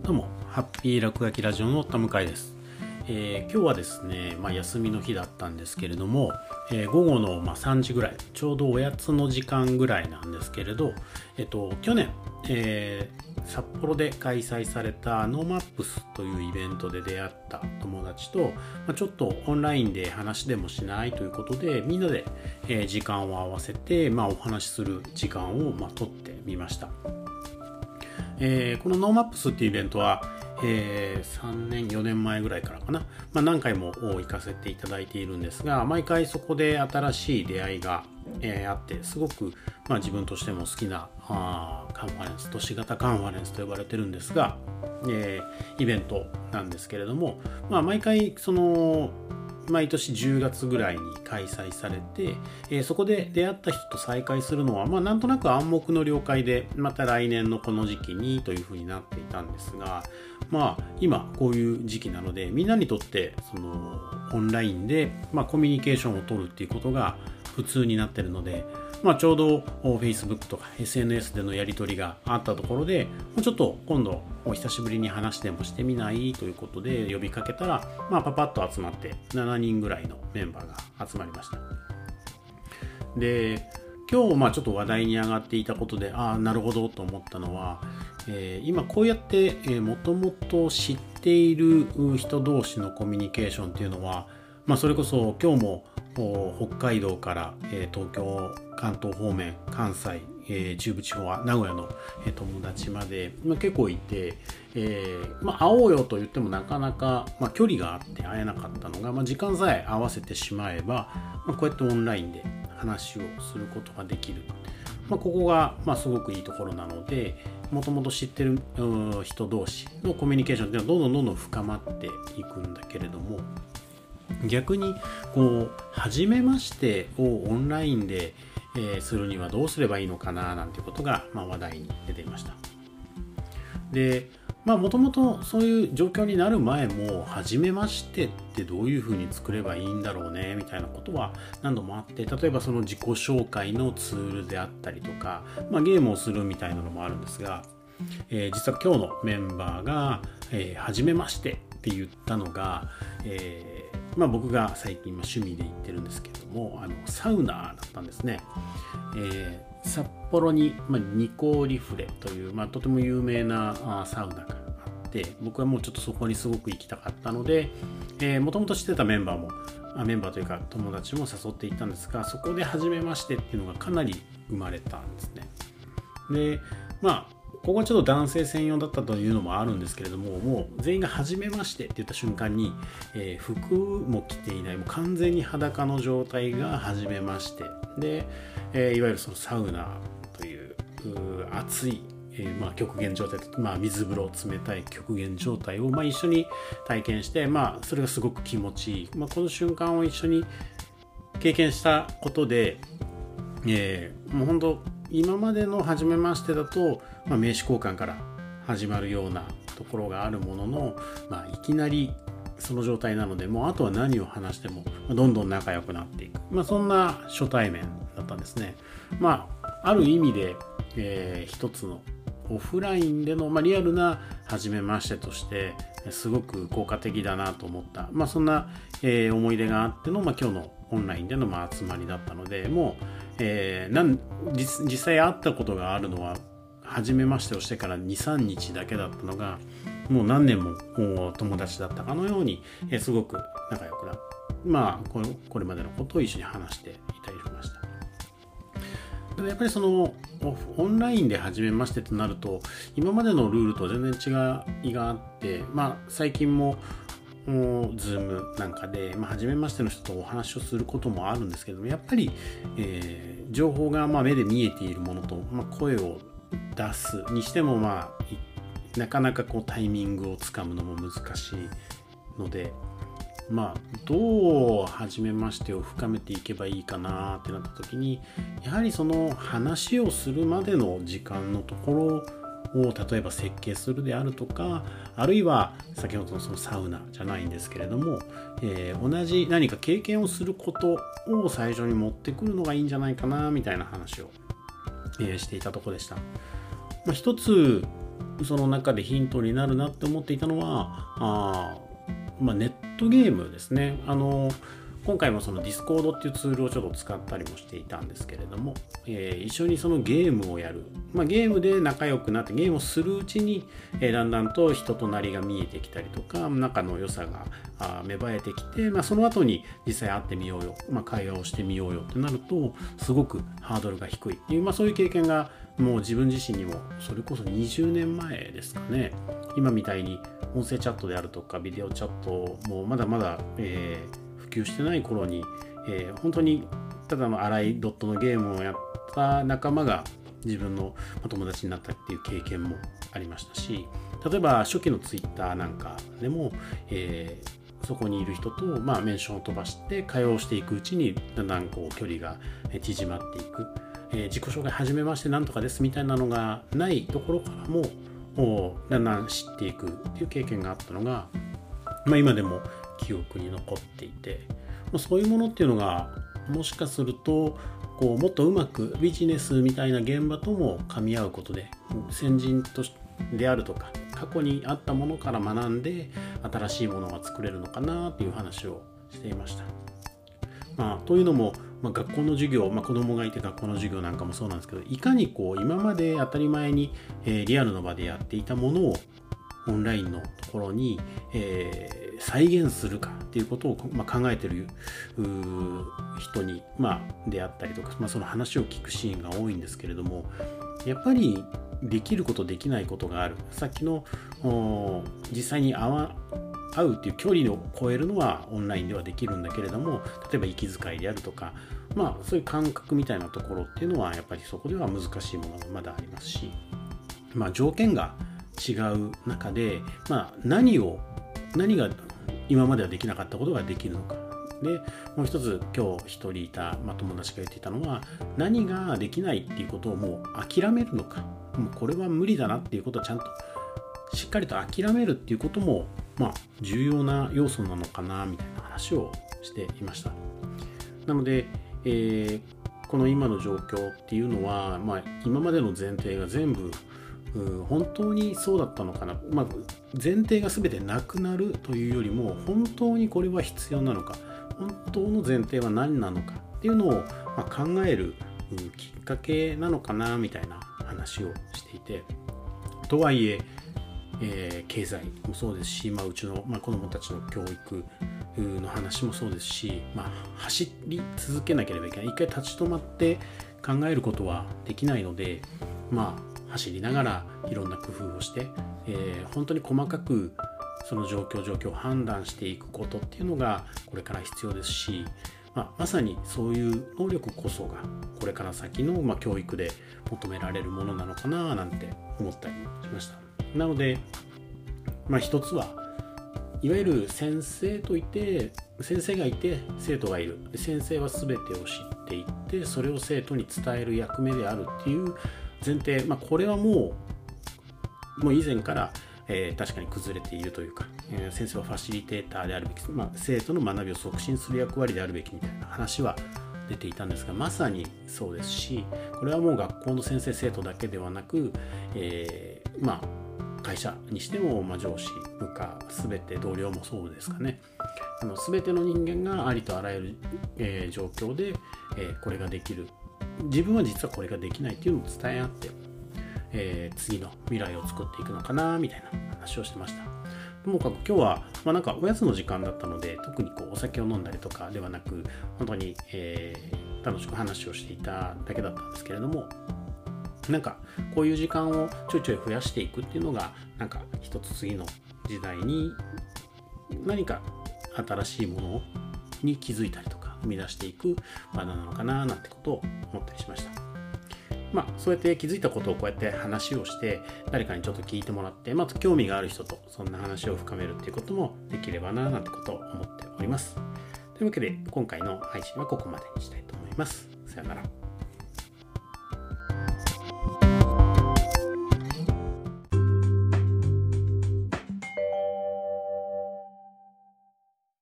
どうもハッピー落書きラジオの田向です。今日はですね、休みの日だったんですけれども、午後の3時ぐらい、ちょうどおやつの時間ぐらいなんですけれど、去年、札幌で開催されたノーマップスというイベントで出会った友達と、ちょっとオンラインで話でもしないということで、みんなで、時間を合わせて、お話しする時間を、取ってみました。このノーマップスっていうイベントは、3年4年前ぐらいからかな、何回も行かせていただいているんですが、毎回そこで新しい出会いが、あってすごく、自分としても好きなカンファレンス、都市型カンファレンスと呼ばれてるんですが、イベントなんですけれども、毎回毎年10月ぐらいに開催されて、そこで出会った人と再会するのは、なんとなく暗黙の了解で、また来年のこの時期にというふうになっていたんですが、今こういう時期なので、みんなにとってオンラインで、コミュニケーションを取るっていうことが普通になっているので、ちょうど Facebook とか SNS でのやり取りがあったところで、もうちょっと今度お久しぶりに話でもしてみないということで呼びかけたら、パパッと集まって7人ぐらいのメンバーが集まりました。で、今日ちょっと話題に上がっていたことで、なるほどと思ったのは、今こうやってもともと知っている人同士のコミュニケーションっていうのは、それこそ今日も北海道から、東京、関東方面、関西、中部地方は名古屋の、友達まで、結構いて、会おうよと言ってもなかなか、距離があって会えなかったのが、時間さえ合わせてしまえば、こうやってオンラインで話をすることができる。ここが、すごくいいところなので、もともと知ってる人同士のコミュニケーションっていうのはどんどん深まっていくんだけれども、逆に初めましてをオンラインでするにはどうすればいいのかななんていうことが、話題に出ていました。で、もともとそういう状況になる前も、初めましてってどういうふうに作ればいいんだろうねみたいなことは何度もあって、例えばその自己紹介のツールであったりとか、ゲームをするみたいなのもあるんですが、実は今日のメンバーが、初めましてって言ったのが、僕が最近趣味で行ってるんですけれども、サウナだったんですね。札幌に、ニコリフレという、とても有名なサウナがあって、僕はもうちょっとそこにすごく行きたかったので、もともと知ってたメンバーというか友達も誘っていったんですが、そこで初めましてっていうのがかなり生まれたんですね。で、ここはちょっと男性専用だったというのもあるんですけれども、もう全員が初めましてって言った瞬間に、服も着ていない、もう完全に裸の状態が初めましてで、いわゆるそのサウナという熱い、極限状態、水風呂、冷たい極限状態を、一緒に体験して、それがすごく気持ちいい、この瞬間を一緒に経験したことで、もう本当今までの初めましてだと、名刺交換から始まるようなところがあるものの、いきなりその状態なので、もうあとは何を話してもどんどん仲良くなっていく、そんな初対面だったんですね。ある意味で、一つのオフラインでの、リアルな初めましてとしてすごく効果的だなと思った、そんな、思い出があっての、今日のオンラインでの集まりだったので、もう、実際会ったことがあるのは初めましてをしてから 2,3 日だけだったのが、もう何年も友達だったかのように、すごく仲良くなって、これまでのことを一緒に話していたりしました。やっぱりそのオンラインで初めましてとなると、今までのルールと全然違いがあって、最近もZoom なんかで、初めましての人とお話をすることもあるんですけども、やっぱり、情報が目で見えているものと、声を出すにしても、なかなかタイミングをつかむのも難しいので、どう初めましてを深めていけばいいかなってなった時に、やはりその話をするまでの時間のところを例えば設計するであるとか、あるいは先ほどのそのサウナじゃないんですけれども、同じ何か経験をすることを最初に持ってくるのがいいんじゃないかなみたいな話を、していたところでした。一つその中でヒントになるなって思っていたのはネットゲームですね。今回もその Discord っていうツールをちょっと使ったりもしていたんですけれども、一緒にそのゲームをやる、ゲームで仲良くなってゲームをするうちに、だんだんと人となりが見えてきたりとか、仲の良さが芽生えてきて、その後に実際会ってみようよ、会話をしてみようよってなるとすごくハードルが低いっていう、そういう経験がもう自分自身にもそれこそ20年前ですかね。今みたいに音声チャットであるとかビデオチャットもまだまだ、普及してない頃に、本当にただの荒いドットのゲームをやった仲間が自分の友達になったっていう経験もありましたし、例えば初期のツイッターなんかでも、そこにいる人と、メンションを飛ばして会話をしていくうちにだんだんこう距離が縮まっていく、自己紹介始めましてなんとかですみたいなのがないところからもだんだん知っていくっていう経験があったのが、今でも記憶に残っていて、そういうものっていうのがもしかするとこうもっとうまくビジネスみたいな現場とも噛み合うことで、先人とであるとか過去にあったものから学んで新しいものが作れるのかなっていう話をしていました。というのも、学校の授業、子供がいて学校の授業なんかもそうなんですけど、いかにこう今まで当たり前に、リアルの場でやっていたものをオンラインのところに、再現するかっていうことを、考えている人に、出会ったりとか、その話を聞くシーンが多いんですけれども、やっぱりできることできないことがある。さっきの実際に会うっていう距離を超えるのはオンラインではできるんだけれども、例えば息遣いであるとか、そういう感覚みたいなところっていうのはやっぱりそこでは難しいものがまだありますし、条件が違う中で、何が今まではできなかったことができるのか。でもう一つ今日一人いた、友達が言っていたのは、何ができないっていうことをもう諦めるのか、もうこれは無理だなっていうことをちゃんとしっかりと諦めるっていうことも重要な要素なのかなみたいな話をしていました。なので、この今の状況っていうのは、今までの前提が全部本当にそうだったのかな、前提が全てなくなるというよりも、本当にこれは必要なのか、本当の前提は何なのかっていうのを考えるきっかけなのかなみたいな話をしていて、とはいえ経済もそうですし、うちの、子どもたちの教育の話もそうですし、走り続けなければいけない。一回立ち止まって考えることはできないので、走りながらいろんな工夫をして、本当に細かくその状況を判断していくことっていうのがこれから必要ですし、まさにそういう能力こそがこれから先の、教育で求められるものなのかななんて思ったりしました。なので、一つはいわゆる先生がいて生徒がいる。先生は全てを知っていて、それを生徒に伝える役目であるっていう前提、これはもう以前から、確かに崩れているというか、先生はファシリテーターであるべき、生徒の学びを促進する役割であるべきみたいな話は出ていたんですが、まさにそうですし、これはもう学校の先生生徒だけではなく、会社にしても、上司、部下、全て同僚もそうですかね。全ての人間がありとあらゆる、状況で、これができる、自分は実はこれができないっていうのを伝え合って、次の未来を作っていくのかなみたいな話をしてました。ともかく今日は、おやつの時間だったので、特にお酒を飲んだりとかではなく、本当に、楽しく話をしていただけだったんですけれども、こういう時間をちょいちょい増やしていくっていうのが、一つ次の時代に何か新しいものに気づいたりとか生み出していく場なのかななんてことを思ったりしました。そうやって気づいたことをこうやって話をして誰かにちょっと聞いてもらって、興味がある人とそんな話を深めるっていうこともできればななんてことを思っております。というわけで今回の配信はここまでにしたいと思います。さよなら。